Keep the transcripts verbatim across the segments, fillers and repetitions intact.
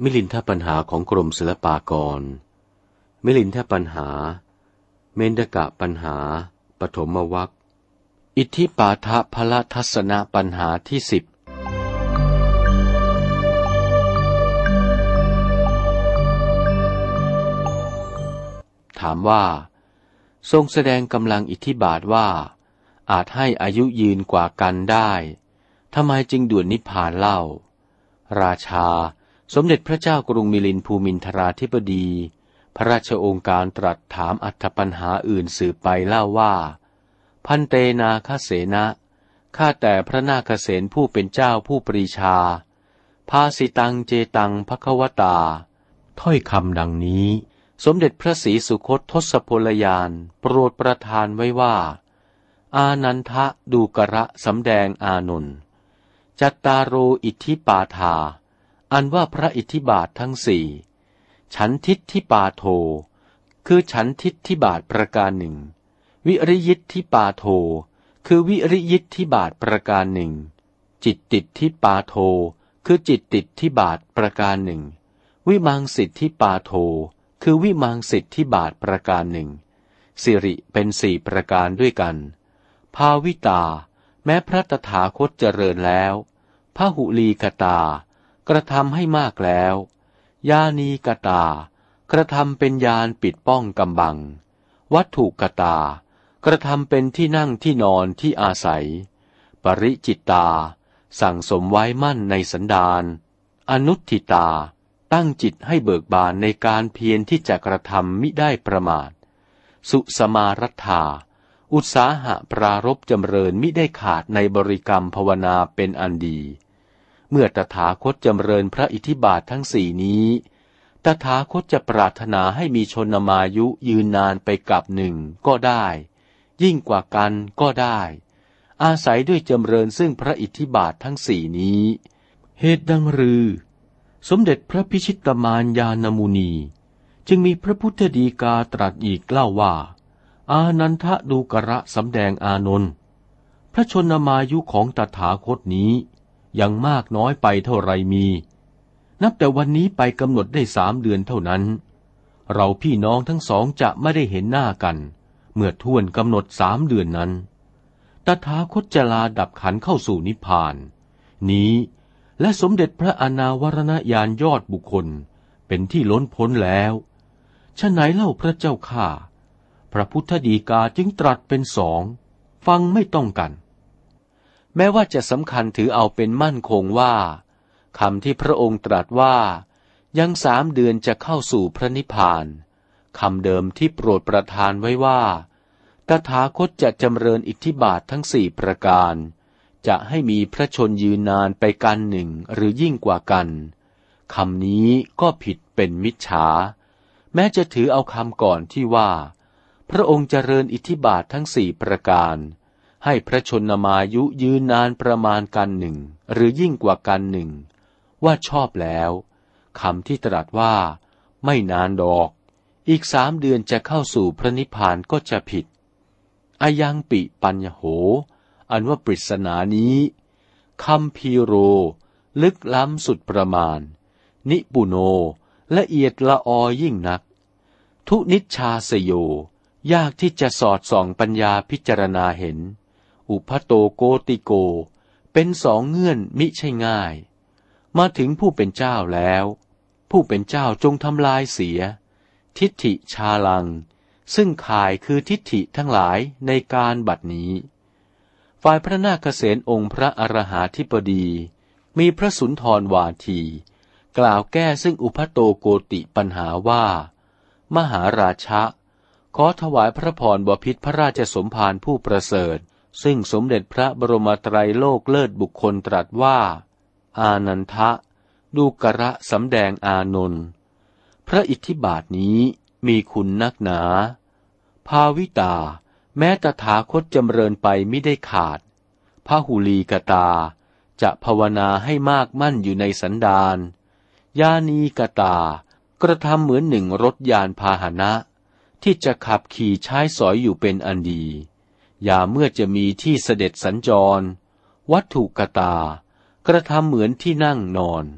มิลินทปัญหาของกรมศิลปากรมิลินทปัญหาเมนดกะปัญหาปฐมวรรคอิทธิปาทพลทัศนปัญหาที่สิบถามว่าทรงแสดงกำลังอิทธิบาทว่าอาจให้อายุยืนกว่ากันได้ทำไมจึงด่วนนิพพานเล่าราชาสมเด็จพระเจ้ากรุงมิลินภูมินทราธิบดีพระราชโองการตรัสถามอัตถปัญหาอื่นสืบไปเล่าว่าพันเตนาคเสนะข้าแต่พระนาคเสนผู้เป็นเจ้าผู้ปรีชาภาสิตังเจตังภควตาถ้อยคำดังนี้สมเด็จพระศรีสุคตทศพลยานโปรดประทานไว้ว่าอานันทะดูกระสำแดงอานนท์จัตตาโรอิทธิปาทาอันว่าพระอิทธิบาททั้งสี่ฉันทิฏฐิปาโทคือฉันทิฏฐิบาทประการหนึ่งวิริยิทธิปาโทคือวิริยิทธิบาทประการหนึ่งจิตติดทิปาโทคือจิตติดทิบาทประการหนึ่งวิมังสิทธิปาโทคือวิมังสิทธิบาทประการหนึ่งสิริเป็นสี่ประการด้วยกันภาวิตาแม้พระตถาคตเจริญแล้วพหุลีกตากระทำให้มากแล้วญาณีกตากระทำเป็นญาณปิดป้องกำบังวัตถุกตากระทำเป็นที่นั่งที่นอนที่อาศัยปริจิตตาสั่งสมไว้มั่นในสันดานอนุทธิตาตั้งจิตให้เบิกบานในการเพียรที่จะกระทำมิได้ประมาทสุสมารัตถาอุตสาหะปรารภจำเริญมิได้ขาดในบริกรรมภาวนาเป็นอันดีเมื่อตถาคตจำเริญพระอิทธิบาททั้งสี่นี้ตถาคตจะปรารถนาให้มีชนมายุยืนนานไปกับหนึ่งก็ได้ยิ่งกว่ากันก็ได้อาศัยด้วยจำเริญซึ่งพระอิทธิบาททั้งสี่นี้เหตุดังรือสมเด็จพระพิชิตมารญาณมุนีจึงมีพระพุทธฎีกาตรัสอีกเล่าว่าอานันทะดูกระสำแดงอานนท์พระชนมายุของตถาคตนี้ยังมากน้อยไปเท่าไรมีนับแต่วันนี้ไปกำหนดได้สามเดือนเท่านั้นเราพี่น้องทั้งสองจะไม่ได้เห็นหน้ากันเมื่อท่วนกำหนดสามเดือนนั้นตถาคตจะลาดับขันเข้าสู่นิพพานนี้และสมเด็จพระอนาวรณญาณยอดบุคคลเป็นที่ล้นพ้นแล้วฉะไหนเล่าพระเจ้าข้าพระพุทธฎีกาจึงตรัสเป็นสองฟังไม่ต้องกันแม้ว่าจะสำคัญถือเอาเป็นมั่นคงว่าคำที่พระองค์ตรัสว่ายังสามเดือนจะเข้าสู่พระนิพพานคำเดิมที่โปรดประทานไว้ว่าตถาคตจะจำเริญอิทธิบาททั้งสี่ประการจะให้มีพระชนยืนนานไปกันหนึ่งหรือยิ่งกว่ากันคำนี้ก็ผิดเป็นมิจฉาแม้จะถือเอาคำก่อนที่ว่าพระองค์เจริญอิทธิบาททั้งสี่ประการให้พระชนมายุยืนนานประมาณกันหนึ่งหรือยิ่งกว่ากันหนึ่งว่าชอบแล้วคำที่ตรัสว่าไม่นานดอกอีกสามเดือนจะเข้าสู่พระนิพพานก็จะผิดอายังปิปัญญโหอันว่าปริศนานี้คัมภีโรลึกล้ำสุดประมาณนิปุโนละเอียดละออยิ่งนักทุนิชชาสโยยากที่จะสอดส่องปัญญาพิจารณาเห็นอุพโตโกติโกเป็นสองเงื่อนมิใช่ง่ายมาถึงผู้เป็นเจ้าแล้วผู้เป็นเจ้าจงทำลายเสียทิฏฐิชาลังซึ่งข่ายคือทิฏฐิทั้งหลายในการบัดนี้ฝ่ายพระนาคเษนองค์พระอรหาธิบดีมีพระสุนทรวาทีกล่าวแก้ซึ่งอุพโตโกติปัญหาว่ามหาราชะขอถวายพระพรบพิตรพระราชสมภารผู้ประเสริฐซึ่งสมเด็จพระบรมไตรโลกเลิศบุคคลตรัสว่าอานันทะดูกระสำแดงอานนท์พระอิทธิบาทนี้มีคุณนักหนาภาวิตาแม้ตถาคตจำเริญไปมิได้ขาดพหุลีกตาจะภาวนาให้มากมั่นอยู่ในสันดานญาณีกตากระทำเหมือนหนึ่งรถยานพาหนะที่จะขับขี่ใช้สอยอยู่เป็นอันดีอย่าเมื่อจะมีที่เสด็จสัญจรวัตถุกตากระทำเหมือนที่นั่งนอน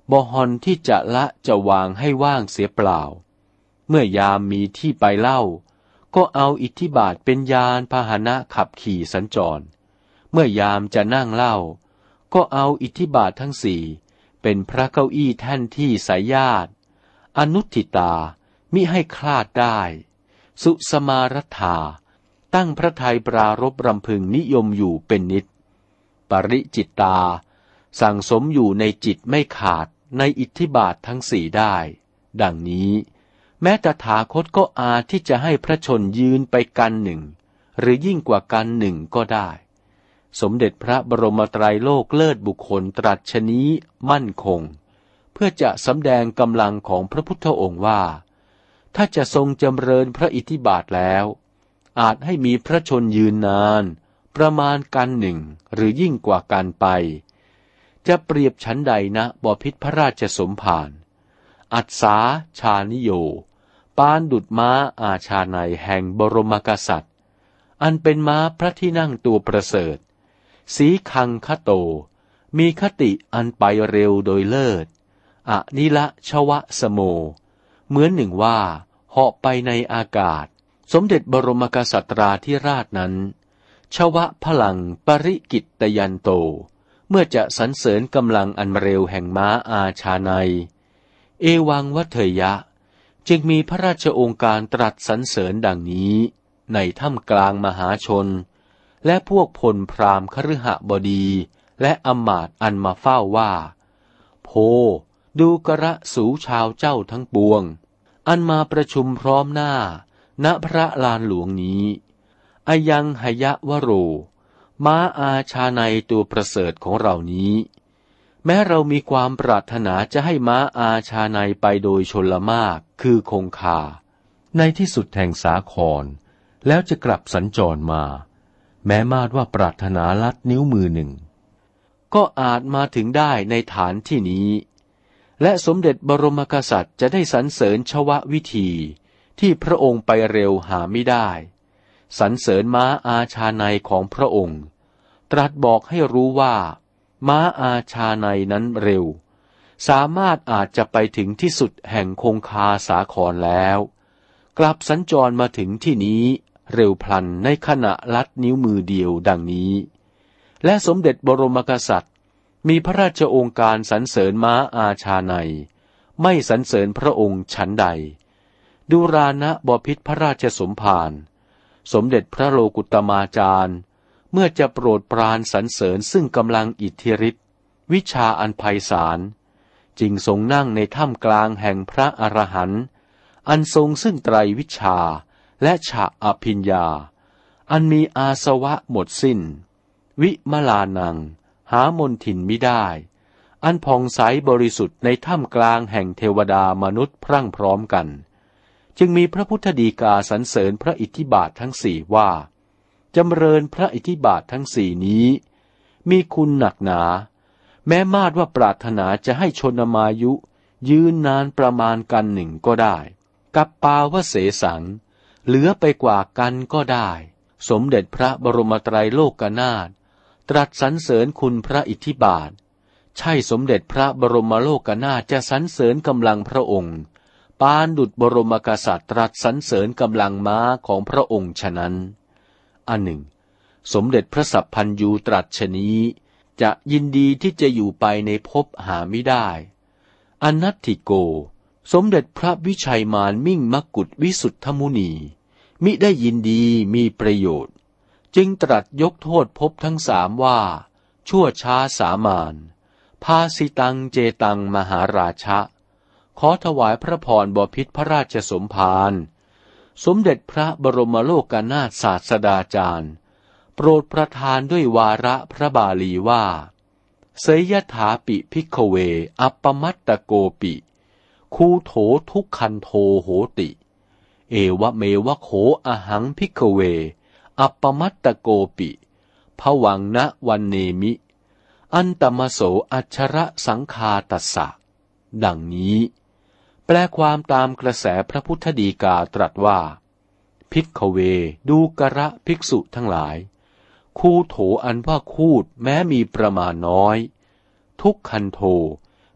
บ่ฮอนที่จะละจะวางให้ว่างเสียเปล่าเมื่อยามมีที่ไปเล่าก็เอาอิทธิบาทเป็นยานพาหนะขับขี่สัญจรเมื่อยามจะนั่งเล่าก็เอาอิทธิบาททั้งสี่เป็นพระเก้าอี้แท่นที่สายญาติอนุทิตามิให้คลาดได้สุสมารัฐาตั้งพระทัยปรารภรำพึงนิยมอยู่เป็นนิจปริจิตตาสั่งสมอยู่ในจิตไม่ขาดในอิทธิบาททั้งสี่ได้ดังนี้แม้ตถาคตก็อาจที่จะให้พระชนยืนไปกันหนึ่งหรือยิ่งกว่ากันหนึ่งก็ได้สมเด็จพระบรมไตรโลกเลิศบุคคลตรัสชนี้มั่นคงเพื่อจะสำแดงกำลังของพระพุทธองค์ว่าถ้าจะทรงจำเริญพระอิทธิบาทแล้วอาจให้มีพระชนยืนนานประมาณกันหนึ่งหรือยิ่งกว่ากันไปจะเปรียบชั้นใดนะบพิตรพระราชสมภารอัศาชานิโยปานดุจม้าอาชาในแห่งบรมกษัตริย์อันเป็นม้าพระที่นั่งตัวประเสริฐสีคังคโตมีคติอันไปเร็วโดยเลิศอนิละชวะสโมเหมือนหนึ่งว่าเหาะไปในอากาศสมเด็จบรมกษัตราธิราชนั้นชวะพลังปริกิตตยันโตเมื่อจะสรรเสริญกำลังอันเร็วแห่งม้าอาชาในเอวังวัฏเถยะจึงมีพระราชโองการตรัสสรรเสริญดังนี้ในถ้ำกลางมหาชนและพวกพลพราหมณ์คฤหบดีและอมาตย์อันมาเฝ้าว่าโพดูกระสูชาวเจ้าทั้งปวงอันมาประชุมพร้อมหน้าณพระลานหลวงนี้อายังหยะวโรม้าอาชาในตัวประเสริฐของเรานี้แม้เรามีความปรารถนาจะให้ม้าอาชาในไปโดยชลมากคือคงคาในที่สุดแห่งสาครแล้วจะกลับสัญจรมาแม้มาดว่าปรารถนาลัดนิ้วมือหนึ่งก็อาจมาถึงได้ในฐานที่นี้และสมเด็จบรมกษัตริย์จะได้สรรเสริญชววิธีที่พระองค์ไปเร็วหาไม่ได้สรรเสริญม้าอาชาในของพระองค์ตรัสบอกให้รู้ว่าม้าอาชาในนั้นเร็วสามารถอาจจะไปถึงที่สุดแห่งคงคาสาครแล้วกลับสัญจรมาถึงที่นี้เร็วพลันในขณะลัดนิ้วมือเดียวดังนี้และสมเด็จบรมกษัตริย์มีพระราชโองการสรรเสริญม้าอาชาในไม่สรรเสริญพระองค์ฉันใดดูรานะบพิตรพระราชสมภารสมเด็จพระโลกุตมาจารย์เมื่อจะโปรดปรานสรรเสริญซึ่งกำลังอิทธิฤทธิ์วิชาอันไพศาลจึงทรงนั่งในถ้ำกลางแห่งพระอรหันต์อันทรงซึ่งไตรวิชาและฉะอภิญญาอันมีอาสวะหมดสิ้นวิมลานังหามนทินมิได้อันผ่องใสบริสุทธิ์ในถ้ำกลางแห่งเทวดามนุษย์พรั่งพร้อมกันจึงมีพระพุทธฎีกาสรรเสริญพระอิทธิบาททั้งสี่ว่าจำเริญพระอิทธิบาททั้งสี่นี้มีคุณหนักหนาแม้มาดว่าปรารถนาจะให้ชนมายุยืนนานประมาณกันหนึ่งก็ได้กับปาวเสสังเหลือไปกว่ากันก็ได้สมเด็จพระบรมไตรโลกนาถตรัสสรรเสริญคุณพระอิทธิบาทใช่สมเด็จพระบรมโลกนาถจะสรรเสริญกำลังพระองค์ปานดุจบรมกษัตริย์ตรัสสรรเสริญกำลังม้าของพระองค์ฉะนั้นอันหนึ่งสมเด็จพระสัพพันยูตรัสชนี้จะยินดีที่จะอยู่ไปในภพหาไม่ได้อนัตถิโกสมเด็จพระวิชัยมารมิ่งมกุฏวิสุทธมุนีมิได้ยินดีมีประโยชน์จึงตรัสยกโทษภพทั้งสามว่าชั่วช้าสามานภาสิตังเจตังมหาราชะขอถวายพระพรบพิตรพระราชสมภารสมเด็จพระบรมโลกนาถศาสดาจารย์โปรดประทานด้วยวาระพระบาลีว่าเสยถาปิภิกขเวอัปปมัตตโกปิคูโถทุกขันโทโหติเอวะเมวะโขอหังภิกขเวอัปปมัตตโกปิภวังนะวันเนมิอันตมโสอัชชระสังคาตัสสะดังนี้แปลความตามกระแสพระพุทธฎีกาตรัสว่าภิกขเวดูกระภิกษุทั้งหลายคูโถอันว่าคูดแม้มีประมาณน้อยทุกขันโท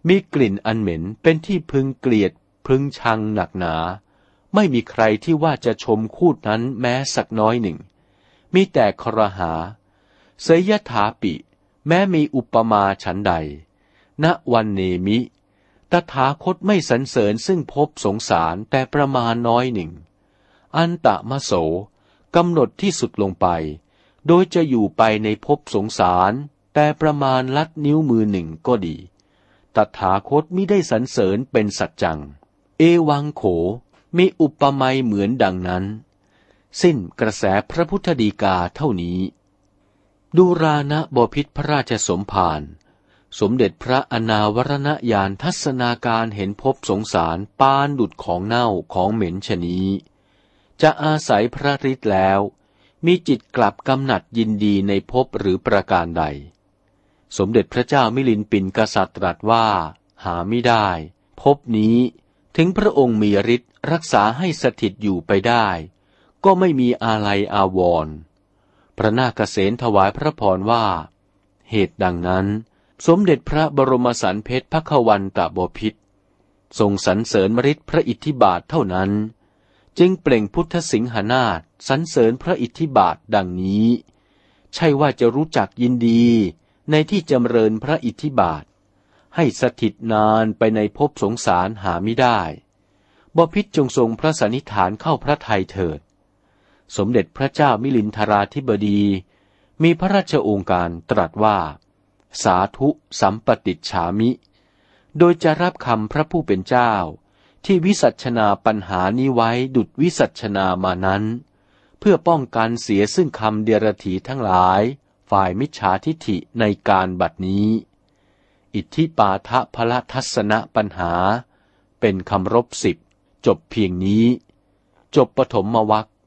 มีกลิ่นอันเหม็นเป็นที่พึงเกลียดพึงชังหนักหนาไม่มีใครที่ว่าจะชมคูดนั้นแม้สักน้อยหนึ่งมีแต่ครหาเสยถาปิแม้มีอุปมาฉันใดณวันเนมิตถาคตไม่สรรเสริญซึ่งภพสงสารแต่ประมาณน้อยหนึ่งอันตะมะโสกำหนดที่สุดลงไปโดยจะอยู่ไปในภพสงสารแต่ประมาณลัดนิ้วมือหนึ่งก็ดีตถาคตมิได้สรรเสริญเป็นสัจจังเอวังโขมีอุปมาเหมือนดังนั้นสิ้นกระแสพระพุทธดีกาเท่านี้ดูรานะบพิตรพระราชสมภารสมเด็จพระอนาวรณญาณทัศนาการเห็นภพสงสารปานดุจของเน่าของเหม็นชะนี้จะอาศัยพระฤทธิ์แล้วมีจิตกลับกำหนัดยินดีในภพหรือประการใดสมเด็จพระเจ้ามิลินปินกษัตริย์ตรัสว่าหาไม่ได้ภพนี้ถึงพระองค์มีฤทธิ์รักษาให้สถิตอยู่ไปได้ก็ไม่มีอาลัยอาวรณ์พระนาคเษนถวายพระพรว่าเหตุดังนั้นสมเด็จพระบรมสารเพชรพควันตบพิตรทรงสรรเสริญฤทธิ์พระอิทธิบาทเท่านั้นจึงเปล่งพุทธสิงหนาฏสรรเสริญพระอิทธิบาทดังนี้ใช่ว่าจะรู้จักยินดีในที่จำเริญพระอิทธิบาทให้สถิตนานไปในภพสงสารหาไม่ได้บพิตรจงทรงพระสันนิษฐานเข้าพระทัยเถิดสมเด็จพระเจ้ามิลินทราธิบดีมีพระราชโองการตรัสว่าสาธุสัมปติฉามิโดยจะรับคำพระผู้เป็นเจ้าที่วิสัชนาปัญหานี้ไว้ดุจวิสัชนามานั้นเพื่อป้องกันเสียซึ่งคำเดรถีทั้งหลายฝ่ายมิจฉาทิฐิในการบัดนี้อิทธิปาทะพละทัศนะปัญหาเป็นคำรบสิบจบเพียงนี้จบปฐมวรรค